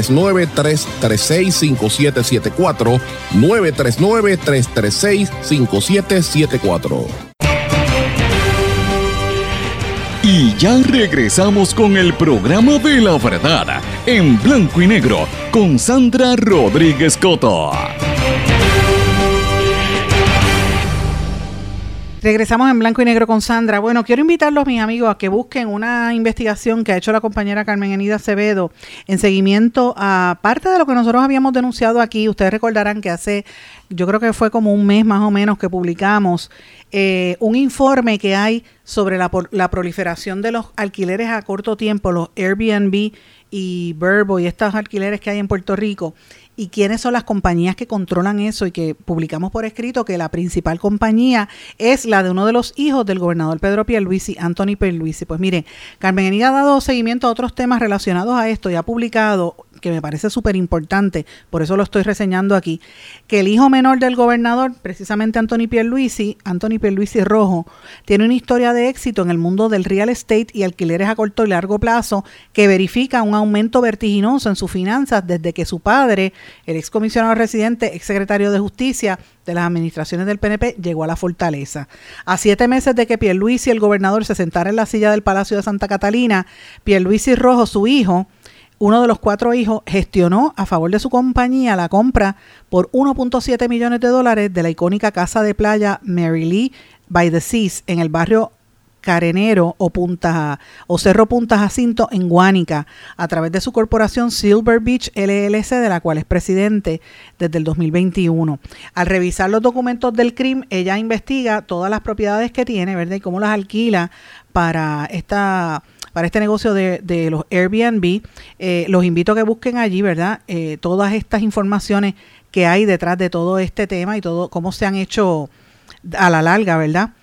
939-336-5774. 939-336-5774. Y ya regresamos con el programa de la verdad, en blanco y negro, con Sandra Rodríguez Coto. Regresamos en blanco y negro con Sandra. Bueno, quiero invitarlos, mis amigos, a que busquen una investigación que ha hecho la compañera Carmen Enida Acevedo en seguimiento a parte de lo que nosotros habíamos denunciado aquí. Ustedes recordarán que hace, yo creo que fue como un mes más o menos que publicamos un informe que hay sobre la proliferación de los alquileres a corto tiempo, los Airbnb y Vrbo y estos alquileres que hay en Puerto Rico, y quiénes son las compañías que controlan eso, y que publicamos por escrito que la principal compañía es la de uno de los hijos del gobernador Pedro Pierluisi, Anthony Pierluisi. Pues miren, Carmen Enida ha dado seguimiento a otros temas relacionados a esto y ha publicado, que me parece súper importante, por eso lo estoy reseñando aquí, que el hijo menor del gobernador, precisamente Anthony Pierluisi Rojo, tiene una historia de éxito en el mundo del real estate y alquileres a corto y largo plazo, que verifica un aumento vertiginoso en sus finanzas desde que su padre, el excomisionado residente, exsecretario de Justicia de las administraciones del PNP, llegó a la fortaleza. A 7 meses de que Pierluisi, el gobernador, se sentara en la silla del Palacio de Santa Catalina, Pierluisi Rojo, su hijo, uno de los 4 hijos, gestionó a favor de su compañía la compra por $1.7 millones de la icónica casa de playa Mary Lee by the Seas en el barrio Carenero o Cerro Punta Jacinto en Guánica, a través de su corporación Silver Beach LLC, de la cual es presidente desde el 2021. Al revisar los documentos del CRIM, ella investiga todas las propiedades que tiene, ¿verdad?, y cómo las alquila para este negocio de los Airbnb. Los invito a que busquen allí, ¿verdad?, todas estas informaciones que hay detrás de todo este tema y todo cómo se han hecho a la larga, ¿verdad?,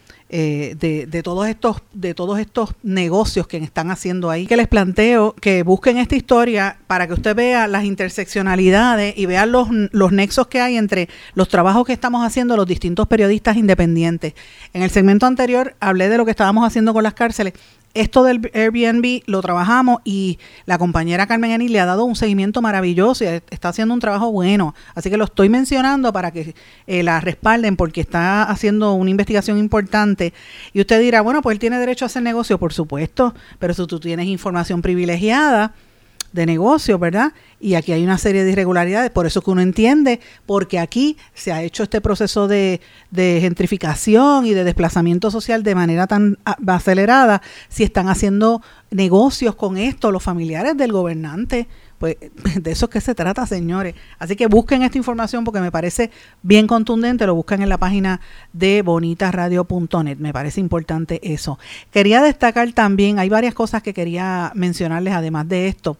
de todos estos negocios que están haciendo ahí. Que les planteo que busquen esta historia para que usted vea las interseccionalidades y vean los nexos que hay entre los trabajos que estamos haciendo los distintos periodistas independientes. En el segmento anterior hablé de lo que estábamos haciendo con las cárceles. Esto del Airbnb lo trabajamos y la compañera Carmen Enid le ha dado un seguimiento maravilloso y está haciendo un trabajo bueno. Así que lo estoy mencionando para que la respalden, porque está haciendo una investigación importante. Y usted dirá, bueno, pues él tiene derecho a hacer negocio, por supuesto, pero si tú tienes información privilegiada de negocio, ¿verdad? Y aquí hay una serie de irregularidades, por eso que uno entiende, porque aquí se ha hecho este proceso de gentrificación y de desplazamiento social de manera tan acelerada. Si están haciendo negocios con esto los familiares del gobernante, pues de eso es que se trata, señores. Así que busquen esta información porque me parece bien contundente. Lo buscan en la página de bonitasradio.net. Me parece importante eso. Quería destacar también, hay varias cosas que quería mencionarles además de esto.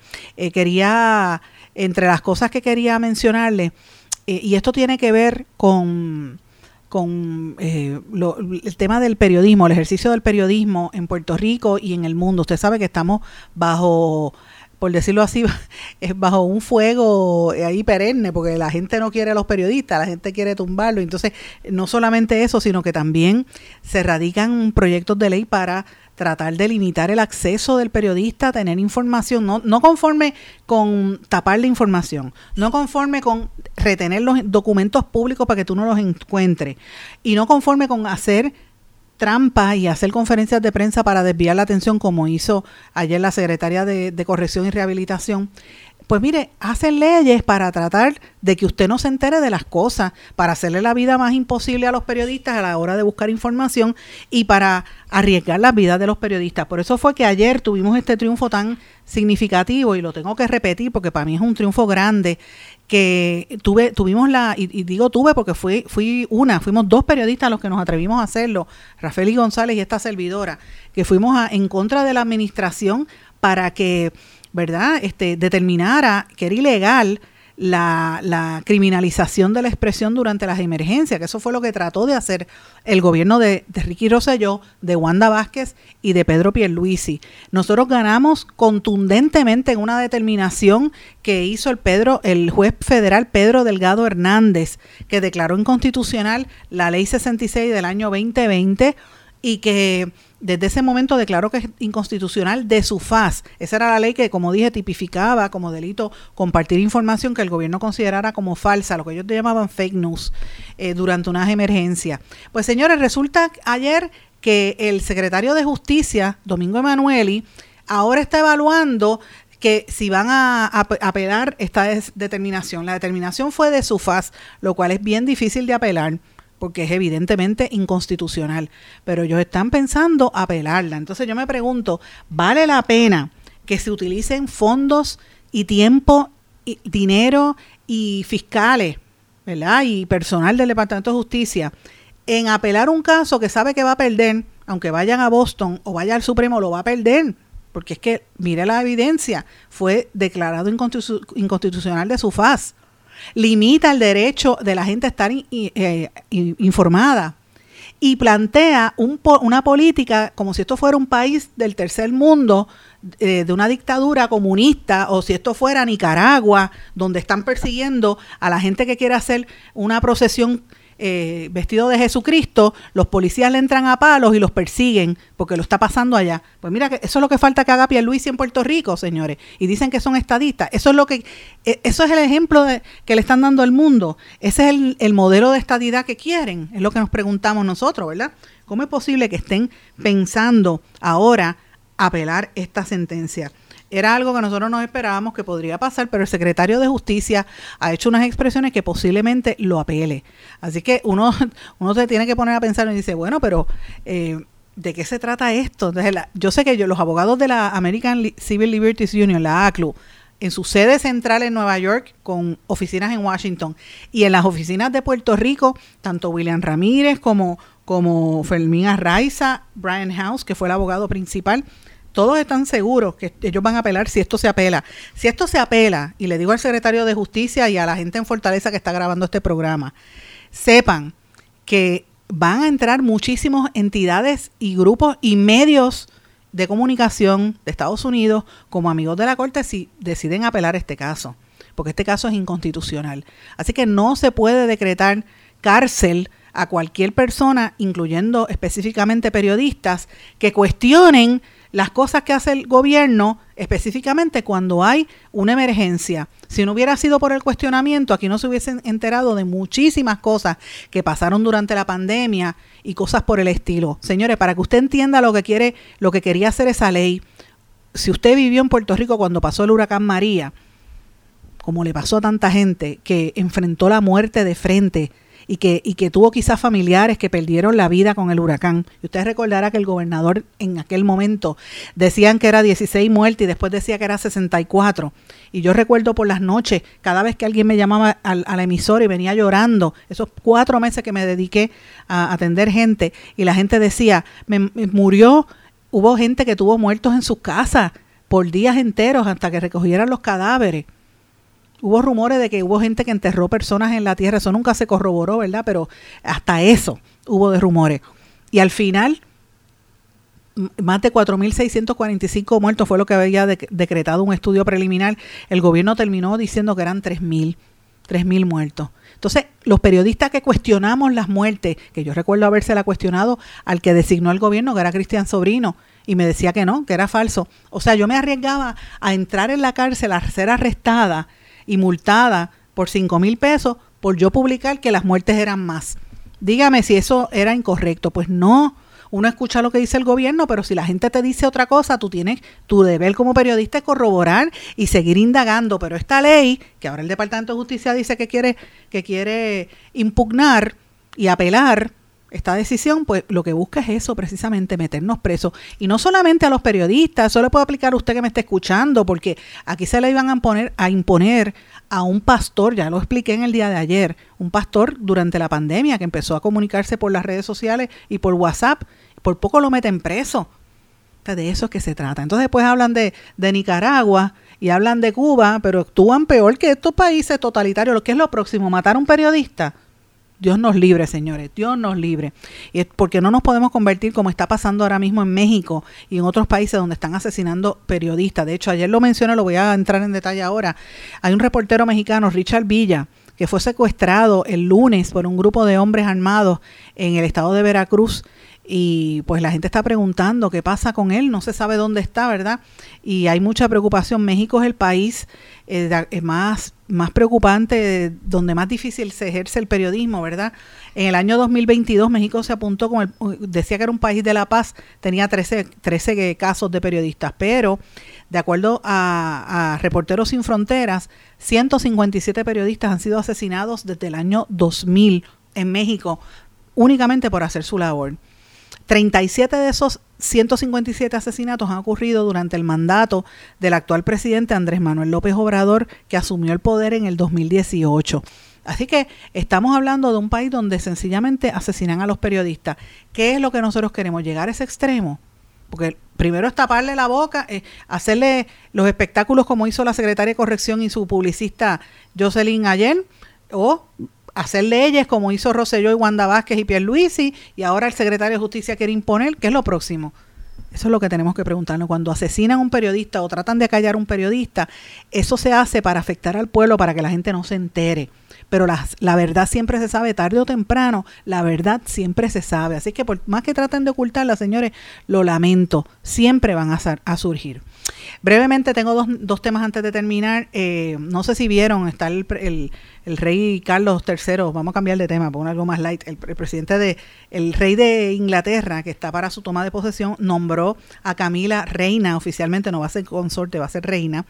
Entre las cosas que quería mencionarles, y esto tiene que ver con el tema del periodismo, el ejercicio del periodismo en Puerto Rico y en el mundo. Usted sabe que estamos bajo por decirlo así, es bajo un fuego ahí perenne, porque la gente no quiere a los periodistas, la gente quiere tumbarlo. Entonces, no solamente eso, sino que también se radican proyectos de ley para tratar de limitar el acceso del periodista a tener información, no conforme con tapar la información, no conforme con retener los documentos públicos para que tú no los encuentres, y no conforme con hacer trampas y hacer conferencias de prensa para desviar la atención, como hizo ayer la secretaria de Corrección y Rehabilitación. Pues mire, hacen leyes para tratar de que usted no se entere de las cosas, para hacerle la vida más imposible a los periodistas a la hora de buscar información y para arriesgar las vidas de los periodistas. Por eso fue que ayer tuvimos este triunfo tan significativo, y lo tengo que repetir porque para mí es un triunfo grande, que tuvimos porque fuimos 2 periodistas los que nos atrevimos a hacerlo, Rafael González y esta servidora, que fuimos en contra de la administración para que, ¿verdad?, determinara que era ilegal la criminalización de la expresión durante las emergencias, que eso fue lo que trató de hacer el gobierno de Ricky Rosselló, de Wanda Vázquez y de Pedro Pierluisi. Nosotros ganamos contundentemente en una determinación que hizo el juez federal Pedro Delgado Hernández, que declaró inconstitucional la ley 66 del año 2020 y que desde ese momento declaró que es inconstitucional de su faz. Esa era la ley que, como dije, tipificaba como delito compartir información que el gobierno considerara como falsa, lo que ellos llamaban fake news, durante unas emergencias. Pues señores, resulta ayer que el secretario de Justicia, Domingo Emanueli, ahora está evaluando que si van a apelar esta determinación. La determinación fue de su faz, lo cual es bien difícil de apelar, porque es evidentemente inconstitucional, pero ellos están pensando apelarla. Entonces yo me pregunto, ¿vale la pena que se utilicen fondos y tiempo, y dinero y fiscales, ¿verdad?, y personal del Departamento de Justicia en apelar un caso que sabe que va a perder, aunque vayan a Boston o vaya al Supremo, lo va a perder? Porque es que, mire la evidencia, fue declarado inconstitucional de su faz. Limita el derecho de la gente a estar informada y plantea una política como si esto fuera un país del tercer mundo, de una dictadura comunista, o si esto fuera Nicaragua, donde están persiguiendo a la gente que quiere hacer una procesión vestido de Jesucristo. Los policías le entran a palos y los persiguen porque lo está pasando allá. Pues mira, que eso es lo que falta que haga Pierluisi en Puerto Rico, señores, y dicen que son estadistas. Eso es el ejemplo que le están dando al mundo. Ese es el modelo de estadidad que quieren, es lo que nos preguntamos nosotros, ¿verdad? ¿Cómo es posible que estén pensando ahora apelar esta sentencia? Era algo que nosotros no esperábamos que podría pasar, pero el secretario de Justicia ha hecho unas expresiones que posiblemente lo apele. Así que uno se tiene que poner a pensar y dice, bueno, pero ¿de qué se trata esto? Entonces, yo sé que los abogados de la American Civil Liberties Union, la ACLU, en su sede central en Nueva York, con oficinas en Washington, y en las oficinas de Puerto Rico, tanto William Ramírez como Fermín Arraiza, Brian House, que fue el abogado principal, todos están seguros que ellos van a apelar si esto se apela. Si esto se apela, y le digo al secretario de Justicia y a la gente en Fortaleza que está grabando este programa, sepan que van a entrar muchísimas entidades y grupos y medios de comunicación de Estados Unidos como amigos de la Corte si deciden apelar este caso, porque este caso es inconstitucional. Así que no se puede decretar cárcel a cualquier persona, incluyendo específicamente periodistas, que cuestionen las cosas que hace el gobierno, específicamente cuando hay una emergencia. Si no hubiera sido por el cuestionamiento, aquí no se hubiesen enterado de muchísimas cosas que pasaron durante la pandemia y cosas por el estilo. Señores, para que usted entienda lo que quería hacer esa ley, si usted vivió en Puerto Rico cuando pasó el huracán María, como le pasó a tanta gente que enfrentó la muerte de frente, y que tuvo quizás familiares que perdieron la vida con el huracán. Y usted recordará que el gobernador en aquel momento decían que era 16 muertes y después decía que era 64. Y yo recuerdo por las noches, cada vez que alguien me llamaba a la emisora y venía llorando, esos 4 meses que me dediqué a atender gente, y la gente decía, me murió, hubo gente que tuvo muertos en sus casas por días enteros hasta que recogieran los cadáveres. Hubo rumores de que hubo gente que enterró personas en la tierra. Eso nunca se corroboró, ¿verdad? Pero hasta eso hubo de rumores. Y al final, más de 4.645 muertos fue lo que había decretado un estudio preliminar. El gobierno terminó diciendo que eran 3.000 muertos. Entonces, los periodistas que cuestionamos las muertes, que yo recuerdo habérsela cuestionado al que designó el gobierno, que era Cristian Sobrino, y me decía que no, que era falso. O sea, yo me arriesgaba a entrar en la cárcel, a ser arrestada y multada por 5,000 pesos por yo publicar que las muertes eran más. Dígame si eso era incorrecto. Pues no, uno escucha lo que dice el gobierno, pero si la gente te dice otra cosa, tú tienes tu deber como periodista de corroborar y seguir indagando. Pero esta ley, que ahora el Departamento de Justicia dice que quiere impugnar y apelar esta decisión, pues lo que busca es eso, precisamente, meternos presos. Y no solamente a los periodistas, eso le puede aplicar a usted que me esté escuchando, porque aquí se le iban a imponer a un pastor, ya lo expliqué en el día de ayer, un pastor durante la pandemia que empezó a comunicarse por las redes sociales y por WhatsApp, por poco lo meten preso. De eso es que se trata. Entonces después hablan de Nicaragua y hablan de Cuba, pero actúan peor que estos países totalitarios. ¿Lo que es lo próximo? ¿Matar a un periodista? Dios nos libre, señores, Dios nos libre. Y es porque no nos podemos convertir como está pasando ahora mismo en México y en otros países donde están asesinando periodistas. De hecho, ayer lo mencioné, lo voy a entrar en detalle ahora. Hay un reportero mexicano, Richard Villa, que fue secuestrado el lunes por un grupo de hombres armados en el estado de Veracruz. Y pues la gente está preguntando qué pasa con él, no se sabe dónde está, ¿verdad? Y hay mucha preocupación. México es el país más preocupante, donde más difícil se ejerce el periodismo, ¿verdad? En el año 2022 México se apuntó decía que era un país de la paz, tenía 13 casos de periodistas, pero de acuerdo a Reporteros Sin Fronteras, 157 periodistas han sido asesinados desde el año 2000 en México, únicamente por hacer su labor. 37 de esos 157 asesinatos han ocurrido durante el mandato del actual presidente Andrés Manuel López Obrador, que asumió el poder en el 2018. Así que estamos hablando de un país donde sencillamente asesinan a los periodistas. ¿Qué es lo que nosotros queremos? ¿Llegar a ese extremo? Porque primero es taparle la boca, hacerle los espectáculos como hizo la secretaria de Corrección y su publicista Jocelyn ayer, o hacer leyes como hizo Rosselló y Wanda Vázquez y Pierluisi, y ahora el secretario de Justicia quiere imponer. ¿Qué es lo próximo? Eso es lo que tenemos que preguntarnos. Cuando asesinan a un periodista o tratan de acallar a un periodista, eso se hace para afectar al pueblo, para que la gente no se entere. Pero la verdad siempre se sabe, tarde o temprano, la verdad siempre se sabe. Así que por más que traten de ocultarla, señores, lo lamento, siempre van a surgir. Brevemente tengo dos temas antes de terminar. No sé si vieron, está el rey Carlos III, vamos a cambiar de tema, poner algo más light. El presidente el rey de Inglaterra, que está para su toma de posesión, nombró a Camila reina oficialmente, no va a ser consorte, va a ser reina.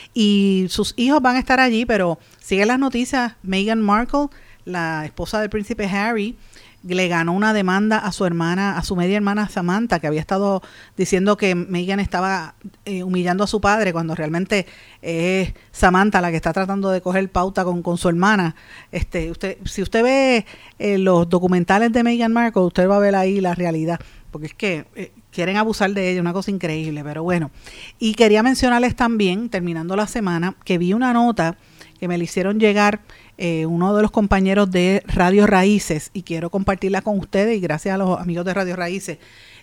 Y sus hijos van a estar allí, pero siguen las noticias. Meghan Markle, la esposa del príncipe Harry, le ganó una demanda a su hermana, a su media hermana Samantha, que había estado diciendo que Meghan estaba humillando a su padre, cuando realmente es Samantha la que está tratando de coger pauta con su hermana. Si usted ve los documentales de Meghan Markle, usted va a ver ahí la realidad, porque es que quieren abusar de ella, una cosa increíble, pero bueno. Y quería mencionarles también, terminando la semana, que vi una nota que me le hicieron llegar uno de los compañeros de Radio Raíces, y quiero compartirla con ustedes, y gracias a los amigos de Radio Raíces,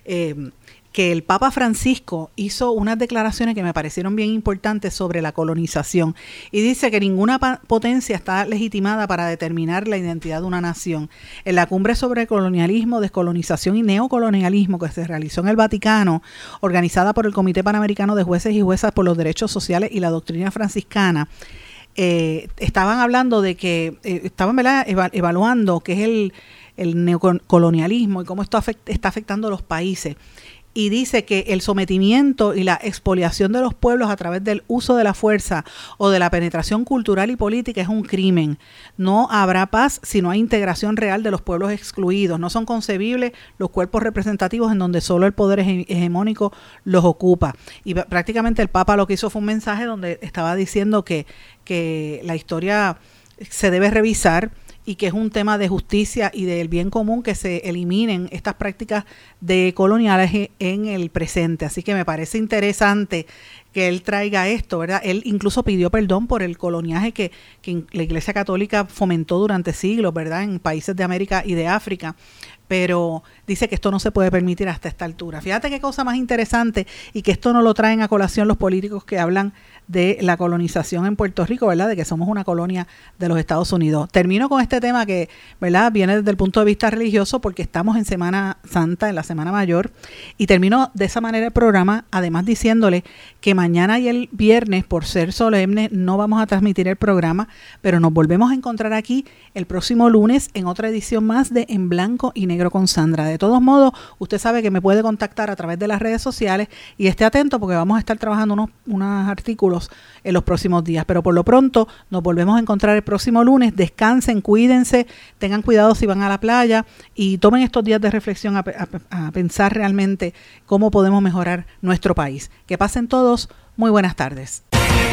que el Papa Francisco hizo unas declaraciones que me parecieron bien importantes sobre la colonización, y dice que ninguna potencia está legitimada para determinar la identidad de una nación. En la cumbre sobre colonialismo, descolonización y neocolonialismo que se realizó en el Vaticano, organizada por el Comité Panamericano de Jueces y Juezas por los Derechos Sociales y la Doctrina Franciscana, estaban hablando de que estaban evaluando qué es el neocolonialismo y cómo esto está afectando a los países. Y dice que el sometimiento y la expoliación de los pueblos a través del uso de la fuerza o de la penetración cultural y política es un crimen. No habrá paz si no hay integración real de los pueblos excluidos. No son concebibles los cuerpos representativos en donde solo el poder hegemónico los ocupa. Y prácticamente el Papa lo que hizo fue un mensaje donde estaba diciendo que la historia se debe revisar, y que es un tema de justicia y del bien común que se eliminen estas prácticas de coloniales en el presente. Así que me parece interesante que él traiga esto, ¿verdad? Él incluso pidió perdón por el coloniaje que la Iglesia Católica fomentó durante siglos, ¿verdad? En países de América y de África, pero dice que esto no se puede permitir hasta esta altura. Fíjate qué cosa más interesante, y que esto no lo traen a colación los políticos que hablan de la colonización en Puerto Rico, ¿verdad? De que somos una colonia de los Estados Unidos. Termino con este tema que, ¿verdad?, viene desde el punto de vista religioso, porque estamos en Semana Santa, en la Semana Mayor, y termino de esa manera el programa, además diciéndole que mañana y el viernes, por ser solemne, no vamos a transmitir el programa, pero nos volvemos a encontrar aquí el próximo lunes en otra edición más de En Blanco y Negro con Sandra. De todos modos, usted sabe que me puede contactar a través de las redes sociales, y esté atento porque vamos a estar trabajando unos artículos en los próximos días, pero por lo pronto nos volvemos a encontrar el próximo lunes. Descansen, cuídense, tengan cuidado si van a la playa, y tomen estos días de reflexión a pensar realmente cómo podemos mejorar nuestro país. Que pasen todos muy buenas tardes.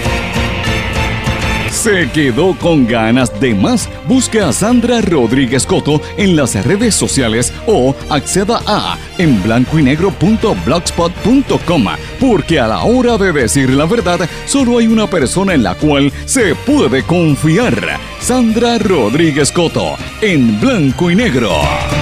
¿Se quedó con ganas de más? Busque a Sandra Rodríguez Coto en las redes sociales o acceda a enblancoynegro.blogspot.com, porque a la hora de decir la verdad, solo hay una persona en la cual se puede confiar. Sandra Rodríguez Coto, en Blanco y Negro.